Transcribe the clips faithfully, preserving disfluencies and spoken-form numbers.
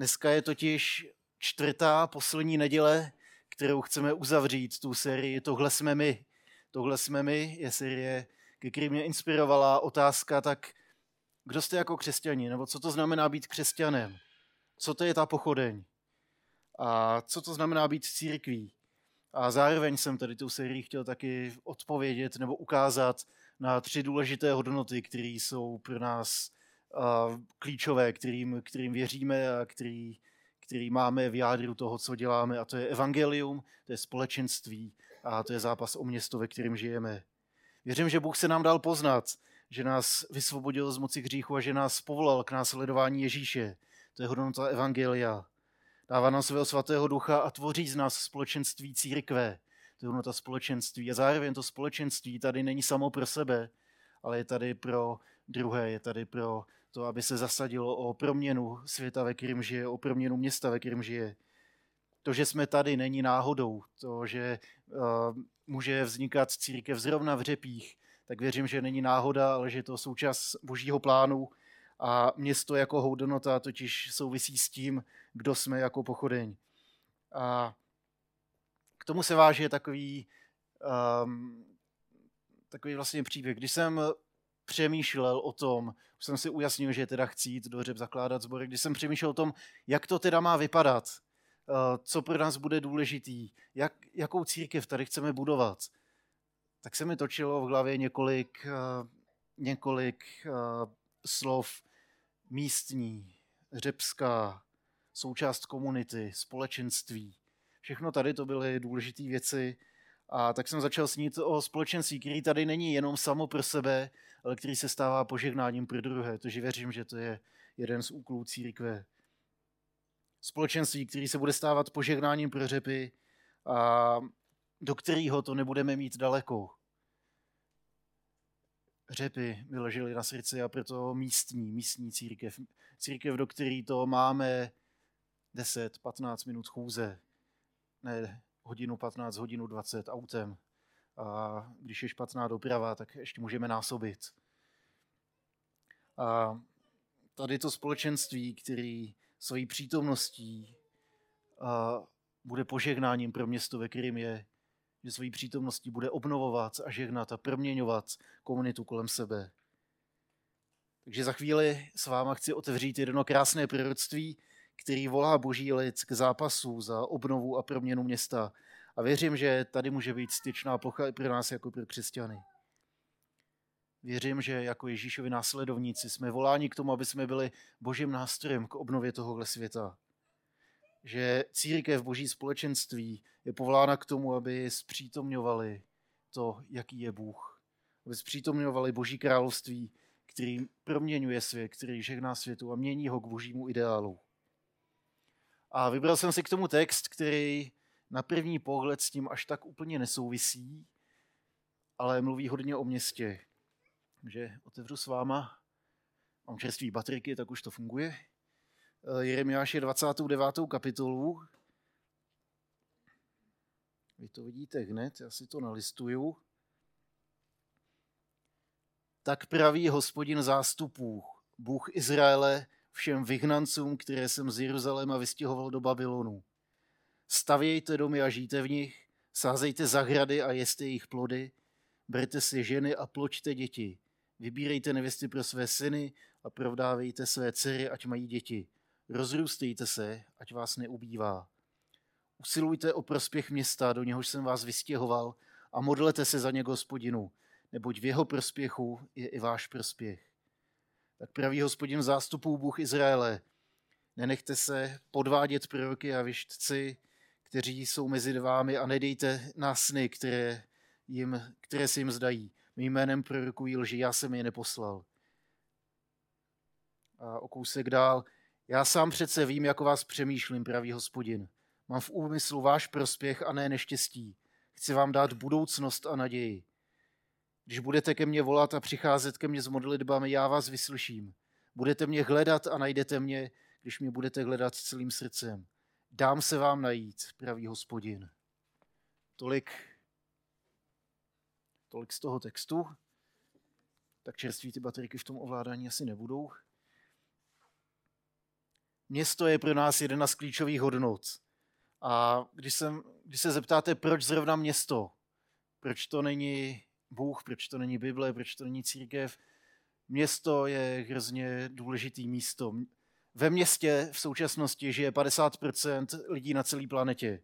Dneska je totiž čtvrtá poslední neděle, kterou chceme uzavřít, tu sérii Tohle jsme my. Tohle jsme my je série, ke které mě inspirovala otázka, tak kdo jste jako křesťani, nebo co to znamená být křesťanem? Co to je ta pochodeň? A co to znamená být církví? A zároveň jsem tady tou sérií chtěl taky odpovědět nebo ukázat na tři důležité hodnoty, které jsou pro nás uh, klíčové, kterým, kterým věříme a který, který máme v jádru toho, co děláme. A to je evangelium, to je společenství a to je zápas o město, ve kterém žijeme. Věřím, že Bůh se nám dal poznat, že nás vysvobodil z moci hříchu a že nás povolal k následování Ježíše. To je hodnota evangelia. Dává nám svého svatého ducha a tvoří z nás společenství církve. To je hodnota společenství. A zároveň to společenství tady není samo pro sebe, ale je tady pro druhé, je tady pro to, aby se zasadilo o proměnu světa, ve kterém žije, o proměnu města, ve kterém žije. To, že jsme tady, není náhodou. To, že uh, může vznikat církev zrovna v Řepích, tak věřím, že není náhoda, ale že je to součást božího plánu. A město jako hodnota totiž souvisí s tím, kdo jsme jako pochodeň. A k tomu se váže takový, um, takový vlastně příběh. Když jsem přemýšlel o tom, už jsem si ujasnil, že teda chci jít do Řep zakládat sbory, když jsem přemýšlel o tom, jak to teda má vypadat, uh, co pro nás bude důležitý, jak, jakou církev tady chceme budovat, tak se mi točilo v hlavě několik, uh, několik uh, slov: místní, řepská, součást komunity, společenství. Všechno tady to byly důležité věci a tak jsem začal snít o společenství, který tady není jenom samo pro sebe, ale který se stává požehnáním pro druhé. Takže věřím, že to je jeden z úkolů církve. Společenství, který se bude stávat požehnáním pro Řepy a do kterého to nebudeme mít daleko. Řepy mi ležely na srdci a proto místní, místní církev. Církev, do které to máme deset patnáct minut chůze. Ne hodinu patnáct, hodinu dvacet autem. A když je špatná doprava, tak ještě můžeme násobit. A tady to společenství, který svojí přítomností bude požehnáním pro město, ve kterém je, že svojí přítomností bude obnovovat a žehnat a proměňovat komunitu kolem sebe. Takže za chvíli s váma chci otevřít jedno krásné proroctví, který volá boží lid k zápasu za obnovu a proměnu města. A věřím, že tady může být styčná plocha i pro nás jako pro křesťany. Věřím, že jako Ježíšovi následovníci jsme voláni k tomu, aby jsme byli božím nástrojem k obnově tohohle světa. Že církev, boží společenství je povolána k tomu, aby zpřítomňovali to, jaký je Bůh. Aby zpřítomňovali boží království, který proměňuje svět, který žehná světu a mění ho k božímu ideálu. A vybral jsem si k tomu text, který na první pohled s tím až tak úplně nesouvisí, ale mluví hodně o městě. Takže otevřu s váma, mám čerstvý baterky, tak už to funguje. Jeremiáš je dvacátou devátou kapitolu. Vy to vidíte hned, já si to nalistuju. Tak praví Hospodin zástupů, Bůh Izraele, všem vyhnancům, které jsem z Jeruzaléma vystěhoval do Babylonu. Stavějte domy a žijte v nich, sázejte zahrady a jeste jejich plody, berte si ženy a ploďte děti. Vybírejte nevěsty pro své syny a provdávejte své dcery, ať mají děti. Rozrůstejte se, ať vás neubývá. Usilujte o prospěch města, do něhož jsem vás vystěhoval, a modlete se za něj Hospodinu, neboť v jeho prospěchu je i váš prospěch. Tak praví Hospodin zástupů, Bůh Izraele, nenechte se podvádět proroky a vyštci, kteří jsou mezi vámi, a nedejte na sny, které, jim, které se jim zdají. Mým jménem prorokují lži, já jsem je neposlal. A o kousek dál. Já sám přece vím, jak o vás přemýšlím, praví Hospodin. Mám v úmyslu váš prospěch a ne neštěstí. Chci vám dát budoucnost a naději. Když budete ke mně volat a přicházet ke mně s modlitbami, já vás vyslyším. Budete mě hledat a najdete mě, když mě budete hledat celým srdcem. Dám se vám najít, praví Hospodin. Tolik, tolik z toho textu. Tak čerství ty baterky v tom ovládání asi nebudou. Město je pro nás jedna z klíčových hodnot. A když, jsem, když se zeptáte, proč zrovna město, proč to není Bůh, proč to není Bible, proč to není církev, město je hrozně důležitý místo. Ve městě v současnosti žije padesát procent lidí na celé planetě.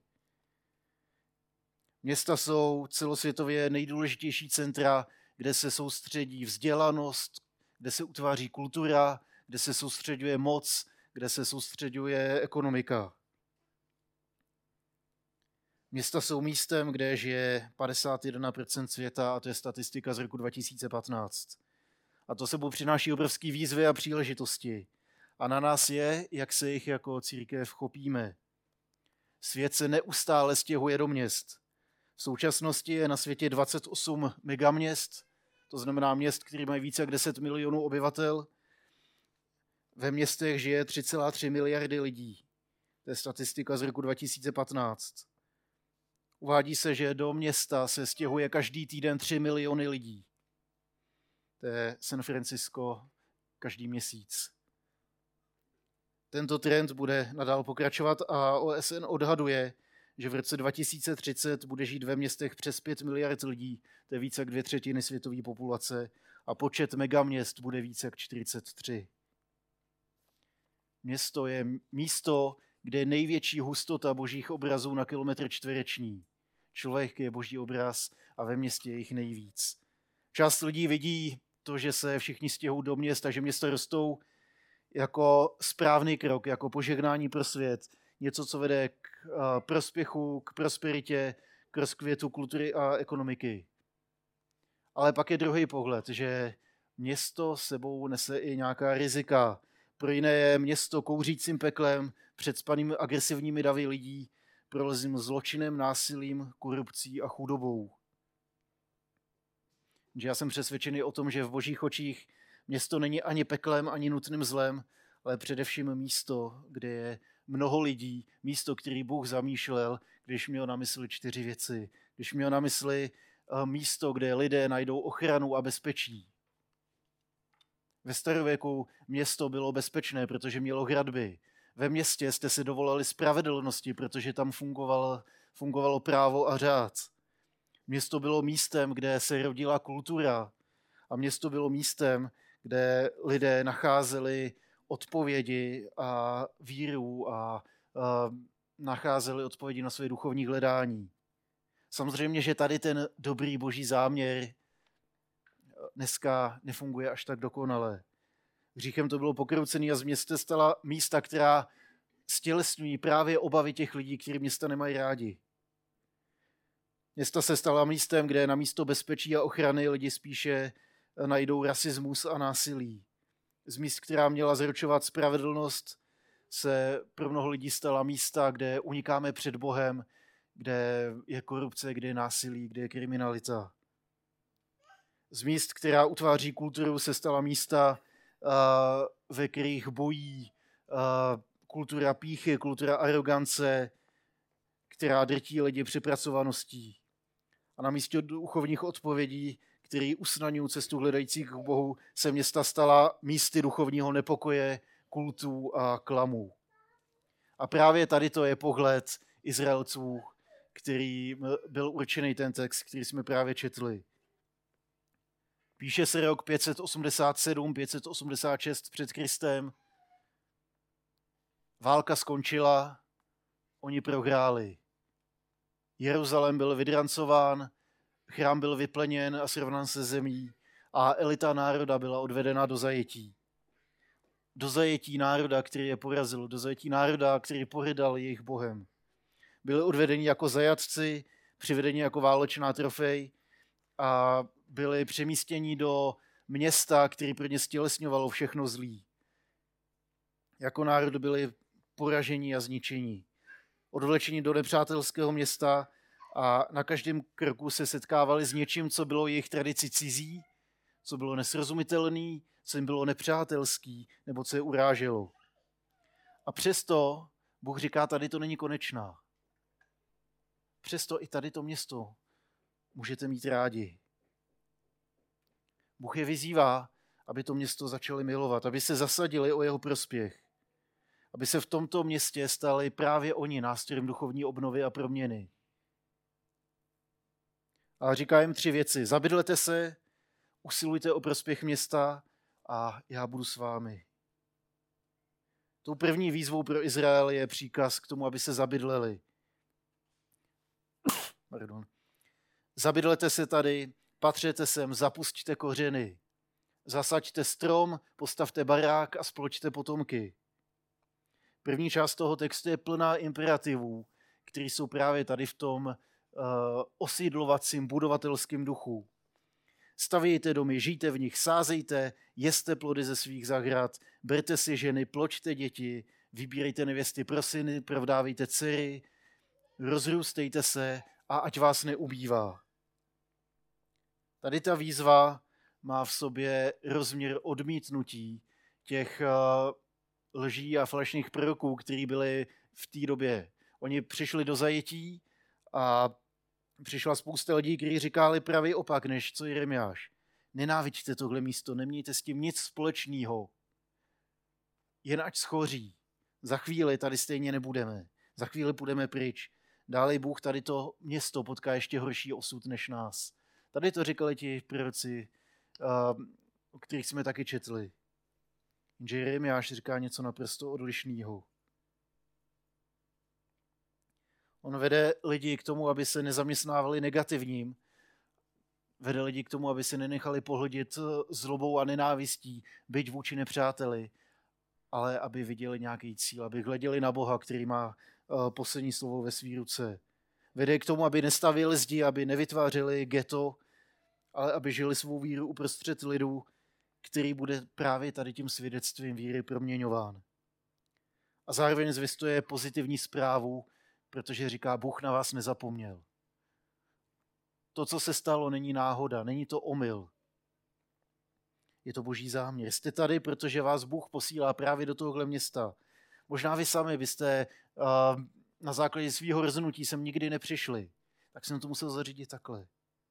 Města jsou celosvětově nejdůležitější centra, kde se soustředí vzdělanost, kde se utváří kultura, kde se soustředuje moc, kde se soustředuje ekonomika. Města jsou místem, kde žije padesát jedna procent světa, a to je statistika z roku dva tisíce patnáct. A to sebou přináší obrovské výzvy a příležitosti. A na nás je, jak se jich jako církev chopíme. Svět se neustále stěhuje do měst. V současnosti je na světě dvacet osm megaměst, to znamená měst, které mají více jak deset milionů obyvatel. Ve městech žije tři celé tři miliardy lidí. To je statistika z roku dva tisíce patnáct. Uvádí se, že do města se stěhuje každý týden tři miliony lidí. To je San Francisco každý měsíc. Tento trend bude nadál pokračovat a O S N odhaduje, že v roce dva tisíce třicet bude žít ve městech přes pět miliard lidí, to je více jak dvě třetiny světové populace, a počet megaměst bude více jak čtyřicet tři. Město je místo, kde je největší hustota božích obrazů na kilometr čtvereční. Člověk je boží obraz a ve městě je jich nejvíc. Část lidí vidí to, že se všichni stěhují do měst a že města rostou, jako správný krok, jako požehnání pro svět. Něco, co vede k prospěchu, k prosperitě, k rozkvětu kultury a ekonomiky. Ale pak je druhý pohled, že město sebou nese i nějaká rizika. Pro jiné je město kouřícím peklem, předspanými agresivními davy lidí, prolezlým zločinem, násilím, korupcí a chudobou. Že já jsem přesvědčený o tom, že v božích očích město není ani peklem, ani nutným zlem, ale především místo, kde je mnoho lidí, místo, který Bůh zamýšlel, když měl na mysli čtyři věci. Když měl na mysli místo, kde lidé najdou ochranu a bezpečí. Ve starověku město bylo bezpečné, protože mělo hradby. Ve městě jste si dovolali spravedlnosti, protože tam fungovalo, fungovalo právo a řád. Město bylo místem, kde se rodila kultura. A město bylo místem, kde lidé nacházeli odpovědi a víru a, a nacházeli odpovědi na své duchovní hledání. Samozřejmě, že tady ten dobrý boží záměr dneska nefunguje až tak dokonale. Hříchem to bylo pokroucený a z města stala místa, která stělesňují právě obavy těch lidí, kteří města nemají rádi. Města se stala místem, kde na místo bezpečí a ochrany lidi spíše najdou rasismus a násilí. Z míst, která měla zaručovat spravedlnost, se pro mnoho lidí stala místa, kde unikáme před Bohem, kde je korupce, kde je násilí, kde je kriminalita. Z míst, která utváří kulturu, se stala místa, ve kterých bojí kultura pýchy, kultura arogance, která drtí lidi přepracovaností. A na místě duchovních odpovědí, který usnadňují cestu hledajících k Bohu, se města stala místy duchovního nepokoje, kultů a klamů. A právě tady to je pohled Izraelců, který byl určený ten text, který jsme právě četli. Píše se rok pět set osmdesát sedm, pět set osmdesát šest před Kristem. Válka skončila, oni prohráli. Jeruzalém byl vydrancován, chrám byl vyplněn a srovnán se zemí a elita národa byla odvedena do zajetí. Do zajetí národa, který je porazil, do zajetí národa, který pohrdal jejich Bohem. Byli odvedeni jako zajatci, přivedeni jako válečná trofej a byli přemístěni do města, který pro ně stělesňovalo všechno zlý. Jako národ byli poraženi a zničeni. Odvlečeni do nepřátelského města a na každém kroku se setkávali s něčím, co bylo jejich tradici cizí, co bylo nesrozumitelný, co jim bylo nepřátelský, nebo co je uráželo. A přesto Bůh říká, tady to není konečná. Přesto i tady to město můžete mít rádi. Bůh je vyzývá, aby to město začali milovat, aby se zasadili o jeho prospěch. aby se v tomto městě stali právě oni nástrojem duchovní obnovy a proměny. A říká jim tři věci. Zabydlete se, usilujte o prospěch města a já budu s vámi. Tou první výzvou pro Izrael je příkaz k tomu, aby se zabydleli. Pardon. Zabydlete se tady, patřete sem, zapusťte kořeny. Zasaďte strom, postavte barák a spločte potomky. První část toho textu je plná imperativů, které jsou právě tady v tom uh, osídlovacím, budovatelském duchu. Stavějte domy, žijte v nich, sázejte, jeste plody ze svých zahrad, berte si ženy, pločte děti, vybírejte nevěsty pro syny, provdávejte dcery, rozrůstejte se a ať vás neubývá. Tady ta výzva má v sobě rozměr odmítnutí těch uh, lží a falešných proroků, který byli v té době. Oni přišli do zajetí a přišla spousta lidí, kteří říkali pravý opak, než co Jeremiáš. Nenáviďte tohle místo, nemějte s tím nic společného. Jen ať schoří. Za chvíli tady stejně nebudeme. Za chvíli půjdeme pryč. Dále Bůh tady to město potká ještě horší osud než nás. Tady to říkali ti proroci, o kterých jsme taky četli. Jenže Jeremiáš říká něco naprosto odlišného. On vede lidi k tomu, aby se nezaměstnávali negativním. Vede lidi k tomu, aby se nenechali pohlodit zlobou a nenávistí, byť vůči nepřáteli, ale aby viděli nějaký cíl, aby hleděli na Boha, který má poslední slovo ve své ruce. Vede k tomu, aby nestavěli zdi, aby nevytvářeli ghetto, ale aby žili svou víru uprostřed lidu, který bude právě tady tím svědectvím víry proměňován. A zároveň zvěstuje pozitivní zprávu, protože říká, Bůh na vás nezapomněl. To, co se stalo, není náhoda, není to omyl. Je to boží záměr. Jste tady, protože vás Bůh posílá právě do tohohle města. Možná vy sami byste uh, na základě svého rozhodnutí sem nikdy nepřišli. Tak jsem to musel zařídit takhle.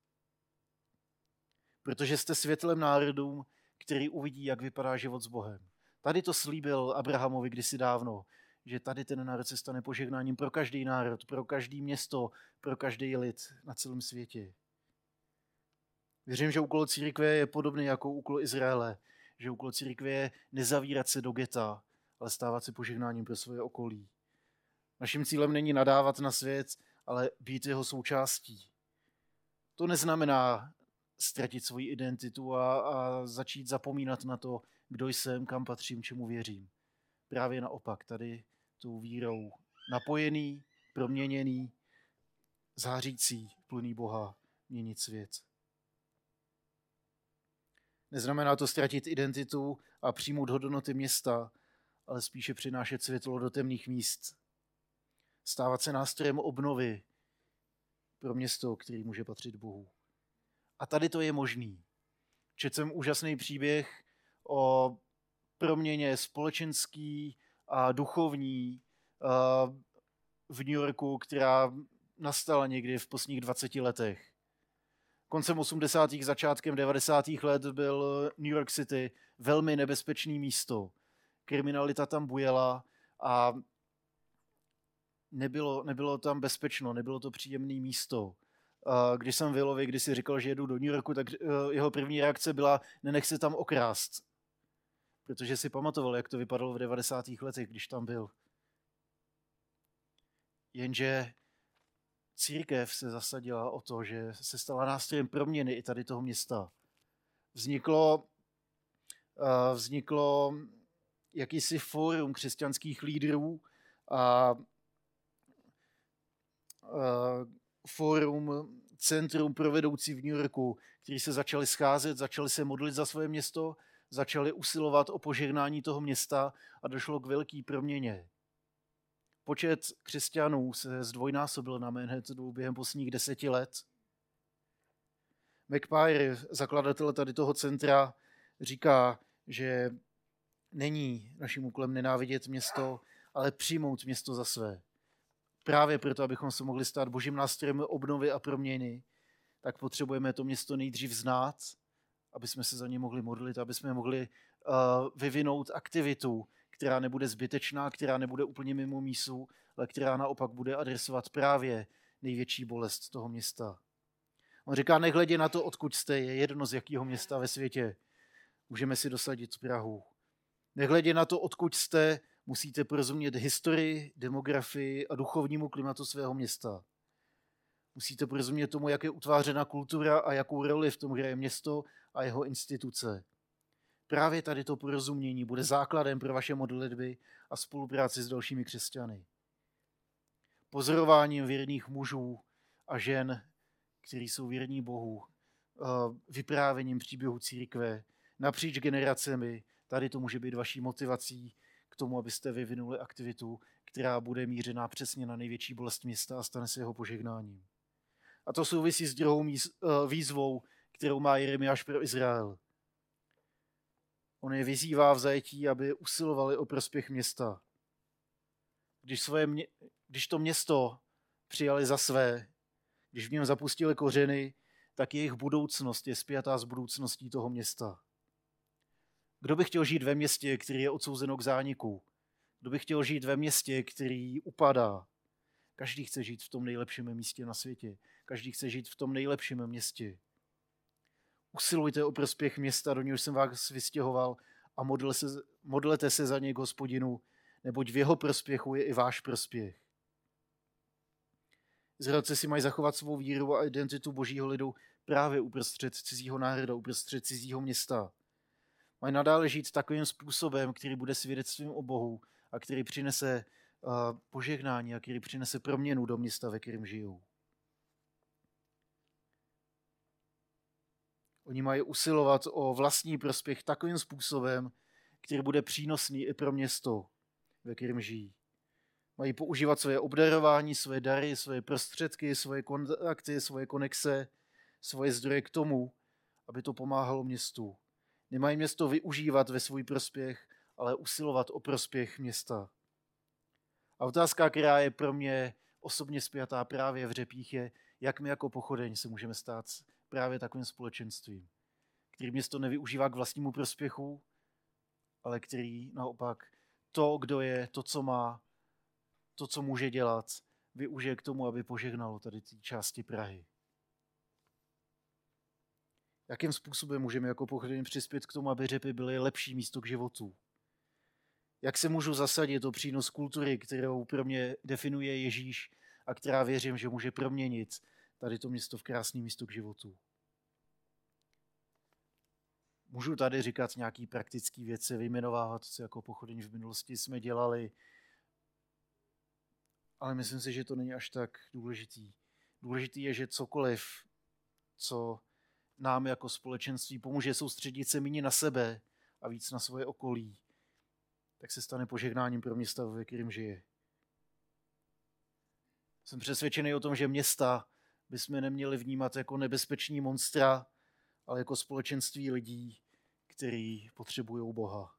Protože jste světlem národům, který uvidí, jak vypadá život s Bohem. Tady to slíbil Abrahamovi kdysi dávno, že tady ten národ se stane požehnáním pro každý národ, pro každý město, pro každý lid na celém světě. Věřím, že úkol církve je podobný jako úkol Izraele, že úkol církve je nezavírat se do geta, ale stávat se požehnáním pro svoje okolí. Naším cílem není nadávat na svět, ale být jeho součástí. To neznamená ztratit svoji identitu a, a začít zapomínat na to, kdo jsem, kam patřím, čemu věřím. Právě naopak, tady tou vírou napojený, proměněný, zářící, plný Boha, měnit svět. Neznamená to ztratit identitu a přijmout hodnoty města, ale spíše přinášet světlo do temných míst. Stávat se nástrojem obnovy pro město, který může patřit Bohu. A tady to je možný. Četl jsem úžasný příběh o proměně společenský a duchovní v New Yorku, která nastala někdy v posledních dvaceti letech. Koncem osmdesátých začátkem devadesátých let byl New York City velmi nebezpečný místo. Kriminalita tam bujela a nebylo, nebylo tam bezpečno, nebylo to příjemné místo. Když jsem Willovi kdysi říkal, že jedu do New Yorku, tak jeho první reakce byla, nenech se tam okrást. Protože si pamatoval, jak to vypadalo v devadesátých letech, když tam byl. Jenže církev se zasadila o to, že se stala nástrojem proměny i tady toho města. Vzniklo, vzniklo jakýsi fórum křesťanských lídrů a fórum, centrum pro vedoucí v New Yorku, kteří se začali scházet, začali se modlit za svoje město, začali usilovat o požehnání toho města a došlo k velké proměně. Počet křesťanů se zdvojnásobil na Manhattanu během posledních deseti let. McPire, zakladatel tady toho centra, říká, že není naším úkolem nenávidět město, ale přijmout město za své. Právě proto, abychom se mohli stát božím nástrojem obnovy a proměny, tak potřebujeme to město nejdřív znát, aby jsme se za ně mohli modlit, aby jsme mohli uh, vyvinout aktivitu, která nebude zbytečná, která nebude úplně mimo mísu, ale která naopak bude adresovat právě největší bolest toho města. On říká, nehledě na to, odkud jste, je jedno z jakého města ve světě. Můžeme si dosadit Prahu. Nehledě na to, odkud jste, musíte porozumět historii, demografii a duchovnímu klimatu svého města. Musíte porozumět tomu, jak je utvářena kultura a jakou roli v tom hraje město a jeho instituce. Právě tady to porozumění bude základem pro vaše modlitby a spolupráci s dalšími křesťany. Pozorováním věrných mužů a žen, kteří jsou věrní Bohu, vyprávěním příběhu církve napříč generacemi, tady to může být vaší motivací k tomu, abyste vyvinuli aktivitu, která bude mířená přesně na největší bolest města a stane se jeho požehnáním. A to souvisí s druhou výzvou, kterou má Jeremiáš pro Izrael. On je vyzývá v zajetí, aby usilovali o prospěch města. Když, svoje mě, když to město přijali za své, když v něm zapustili kořeny, tak jejich budoucnost je spjatá s budoucností toho města. Kdo by chtěl žít ve městě, který je odsouzeno k zániku? Kdo by chtěl žít ve městě, který upadá? Každý chce žít v tom nejlepším místě na světě. Každý chce žít v tom nejlepším městě. Usilujte o prospěch města, do něhož jsem vás vystěhoval, a modl se, modlete se za něj k Hospodinu, neboť v jeho prospěchu je i váš prospěch. Izraelci si mají zachovat svou víru a identitu božího lidu právě uprostřed cizího národa, uprostřed cizího města. Mají nadále žít takovým způsobem, který bude svědectvím o Bohu a který přinese uh, požehnání a který přinese proměnu do města, ve kterém žijou. Oni mají usilovat o vlastní prospěch takovým způsobem, který bude přínosný i pro město, ve kterém žijí. Mají používat svoje obdarování, svoje dary, svoje prostředky, svoje kontakty, svoje konexe, svoje zdroje k tomu, aby to pomáhalo městu. Nemají město využívat ve svůj prospěch, ale usilovat o prospěch města. A otázka, která je pro mě osobně spjatá právě v Řepích, je, jak my jako Pochodeň se můžeme stát právě takovým společenstvím, který město nevyužívá k vlastnímu prospěchu, ale který naopak to, kdo je, to, co má, to, co může dělat, využije k tomu, aby požehnalo tady té části Prahy. Jakým způsobem můžeme jako Pochodeň přispět k tomu, aby Řepy byly lepší místo k životu? Jak se můžu zasadit o přínos kultury, kterou pro mě definuje Ježíš a která věřím, že může proměnit tady to město v krásné místo k životu? Můžu tady říkat nějaké praktické věci, vyjmenovávat, co jako Pochodeň v minulosti jsme dělali, ale myslím si, že to není až tak důležitý. Důležitý je, že cokoliv, co nám jako společenství pomůže soustředit se méně na sebe a víc na svoje okolí, tak se stane požehnáním pro města, ve kterém žije. Jsem přesvědčený o tom, že města bychom neměli vnímat jako nebezpeční monstra, ale jako společenství lidí, kteří potřebují Boha.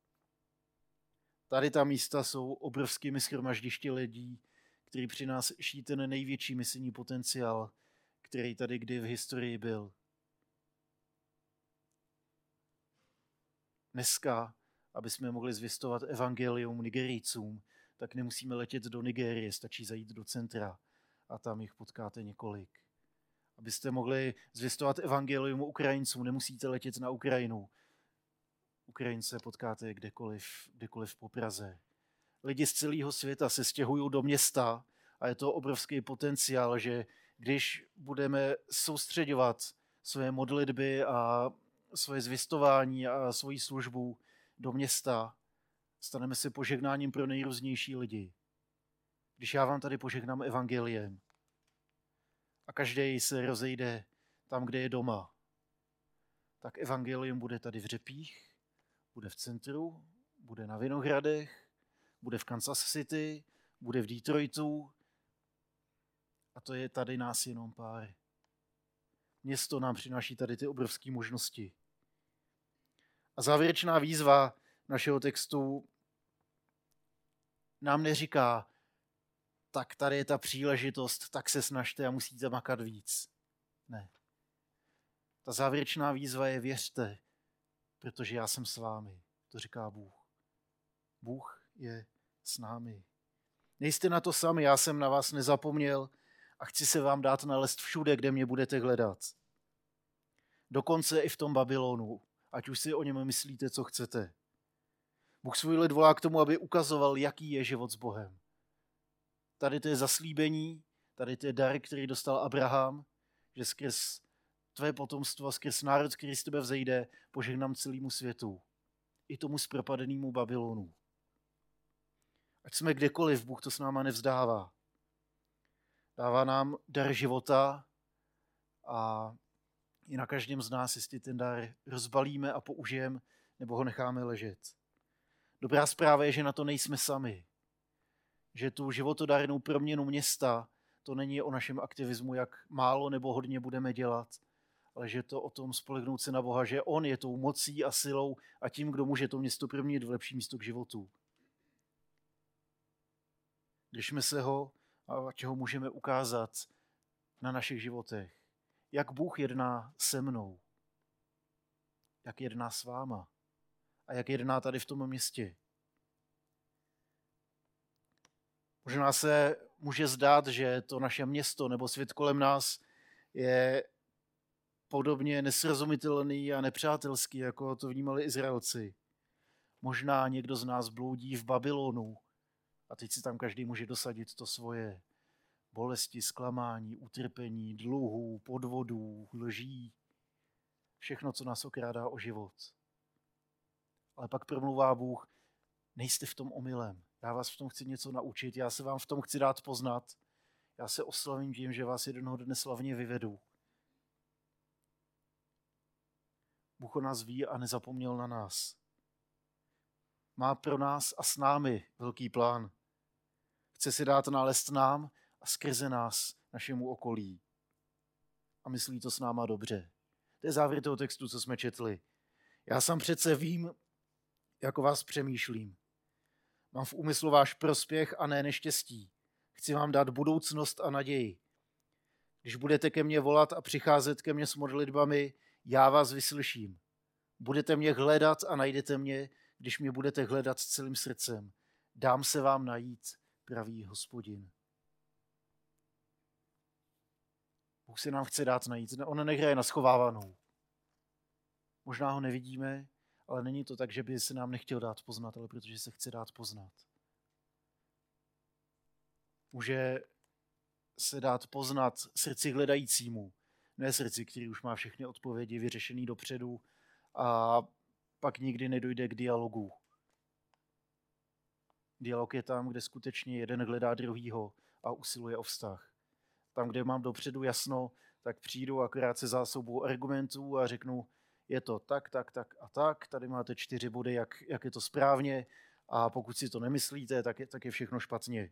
Tady ta místa jsou obrovskými shromaždišti lidí, kteří přináší ten největší misijní potenciál, který tady kdy v historii byl. Dneska, aby jsme mohli zvěstovat evangelium Nigerijcům, tak nemusíme letět do Nigérie, stačí zajít do centra a tam jich potkáte několik. Abyste mohli zvěstovat evangelium Ukrajincům, nemusíte letět na Ukrajinu. Ukrajince potkáte kdekoliv, kdekoliv po Praze. Lidi z celého světa se stěhují do města a je to obrovský potenciál, že když budeme soustředovat své modlitby a svoje zvěstování a svoji službu do města, staneme se požehnáním pro nejrůznější lidi. Když já vám tady požehnám evangeliem a každý se rozejde tam, kde je doma, tak evangelium bude tady v Řepích, bude v centru, bude na Vinohradech, bude v Kansas City, bude v Detroitu a to je tady nás jenom pár. Město nám přináší tady ty obrovské možnosti. A závěrečná výzva našeho textu nám neříká, tak tady je ta příležitost, tak se snažte a musíte makat víc. Ne. Ta závěrečná výzva je věřte, protože já jsem s vámi, to říká Bůh. Bůh je s námi. Nejste na to sami, já jsem na vás nezapomněl a chci se vám dát nalézt všude, kde mě budete hledat. Dokonce i v tom Babylonu, ať už si o něm myslíte, co chcete. Bůh svůj lid volá k tomu, aby ukazoval, jaký je život s Bohem. Tady to je zaslíbení, tady to je dar, který dostal Abraham, že skrz tvé potomstvo, skrz národ, který z tebe vzejde, požehnám celému světu. I tomu zpropadenému Babylonu. Ať jsme kdekoliv, Bůh to s náma nevzdává. Dává nám dar života a i na každém z nás, jestli ten dar rozbalíme a použijeme, nebo ho necháme ležet. Dobrá zpráva je, že na to nejsme sami. Že tu životodárnou proměnu města, to není o našem aktivismu, jak málo nebo hodně budeme dělat, ale že to o tom spolehnout se na Boha, že on je tou mocí a silou a tím, kdo může to město proměnit v lepší místo k životu. Držme se ho a ať ho můžeme ukázat na našich životech. Jak Bůh jedná se mnou, jak jedná s váma a jak jedná tady v tom městě. Možná se může zdát, že to naše město nebo svět kolem nás je podobně nesrozumitelný a nepřátelský, jako to vnímali Izraelci. Možná někdo z nás bloudí v Babylonu a teď si tam každý může dosadit to svoje. Bolesti, zklamání, utrpení, dluhů, podvodů, lží. Všechno, co nás okrádá o život. Ale pak promluvá Bůh, nejste v tom omylem. Já vás v tom chci něco naučit, já se vám v tom chci dát poznat. Já se oslavím tím, že vás jednoho dne slavně vyvedu. Bůh o nás ví a nezapomněl na nás. Má pro nás a s námi velký plán. Chce si dát nález nám a skrze nás našemu okolí. A myslí to s náma dobře. To je závěr toho textu, co jsme četli. Já sám přece vím, jak o vás přemýšlím. Mám v úmyslu váš prospěch a ne neštěstí. Chci vám dát budoucnost a naději. Když budete ke mně volat a přicházet ke mně s modlitbami, já vás vyslyším. Budete mě hledat a najdete mě, když mě budete hledat celým srdcem. Dám se vám najít, pravý Hospodin. Bůh se nám chce dát najít. On nehraje na schovávanou. Možná ho nevidíme, ale není to tak, že by se nám nechtěl dát poznat, ale protože se chce dát poznat. Může se dát poznat srdci hledajícímu, ne srdci, který už má všechny odpovědi vyřešený dopředu a pak nikdy nedojde k dialogu. Dialog je tam, kde skutečně jeden hledá druhýho a usiluje o vztah. Tam, kde mám dopředu jasno, tak přijdu akorát se zásobou argumentů a řeknu, je to tak, tak, tak a tak, tady máte čtyři body, jak, jak je to správně a pokud si to nemyslíte, tak je, tak je všechno špatně.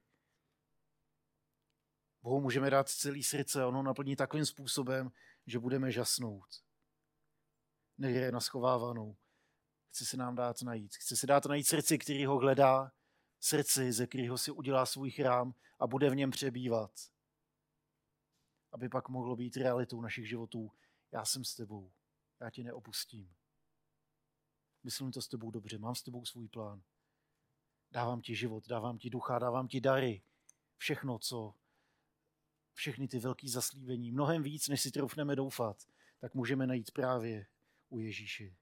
Bohu můžeme dát celý srdce a ono naplní takovým způsobem, že budeme žasnout. Nehraje na schovávanou. Chce se nám dát najít. Chce se dát najít srdci, který ho hledá, srdci, ze kterého si udělá svůj chrám a bude v něm přebývat. Aby pak mohlo být realitou našich životů. Já jsem s tebou. Já tě neopustím. Myslím to s tebou dobře. Mám s tebou svůj plán. Dávám ti život, dávám ti ducha, dávám ti dary. Všechno, co všechny ty velký zaslíbení, mnohem víc, než si troufneme doufat, tak můžeme najít právě u Ježíše.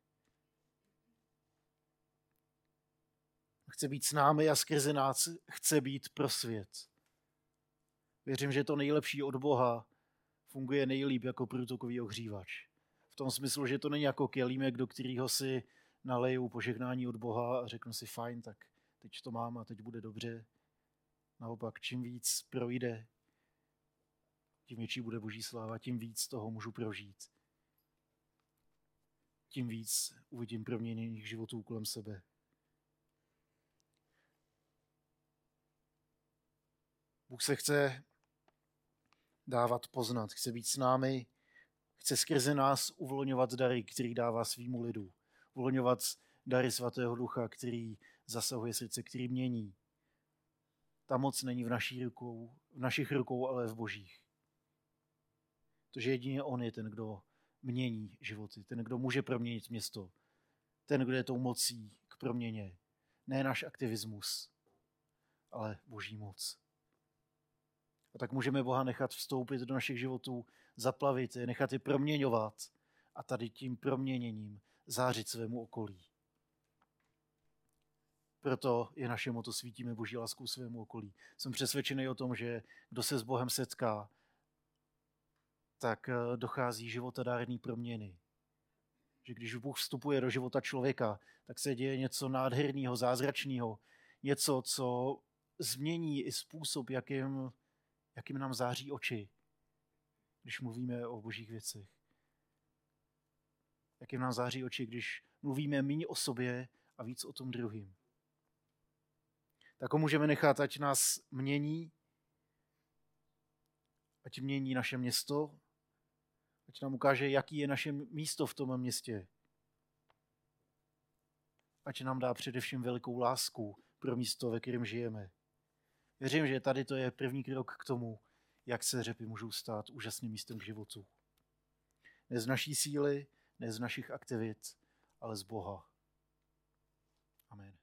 Chce být s námi a skrze nás chce být pro svět. Věřím, že to nejlepší od Boha funguje nejlíp jako průtokový ohřívač. V tom smyslu, že to není jako kelímek, do kterého si naleju požehnání od Boha a řeknu si fajn, tak teď to mám a teď bude dobře. Naopak, čím víc projde, tím větší bude Boží sláva, tím víc toho můžu prožít. Tím víc uvidím proměněných životů kolem sebe. Bůh se chce dávat poznat, chce být s námi, chce skrze nás uvolňovat dary, který dává svýmu lidu. Uvolňovat dary svatého ducha, který zasahuje srdce, který mění. Ta moc není v, naší rukou, v našich rukou, ale v Božích. Protože jedině on je ten, kdo mění životy, ten, kdo může proměnit město, ten, kdo je tou mocí k proměně. Ne náš aktivismus, ale Boží moc. A tak můžeme Boha nechat vstoupit do našich životů, zaplavit je, nechat je proměňovat a tady tím proměněním zářit svému okolí. Proto je naše moto svítíme Boží láskou svému okolí. Jsem přesvědčený o tom, že kdo se s Bohem setká, tak dochází životadárný proměny. Že když Bůh vstupuje do života člověka, tak se děje něco nádherného, zázračného, něco, co změní i způsob, jakým, jakým nám září oči, když mluvíme o božích věcech. Jakým nám září oči, když mluvíme méně o sobě a víc o tom druhým. Tak ho můžeme nechat, ať nás mění, ať mění naše město, ať nám ukáže, jaký je naše místo v tom městě. Ať nám dá především velikou lásku pro místo, ve kterém žijeme. Věřím, že tady to je první krok k tomu, jak se Řepy můžou stát úžasným místem k životu. Ne z naší síly, ne z našich aktivit, ale z Boha. Amen.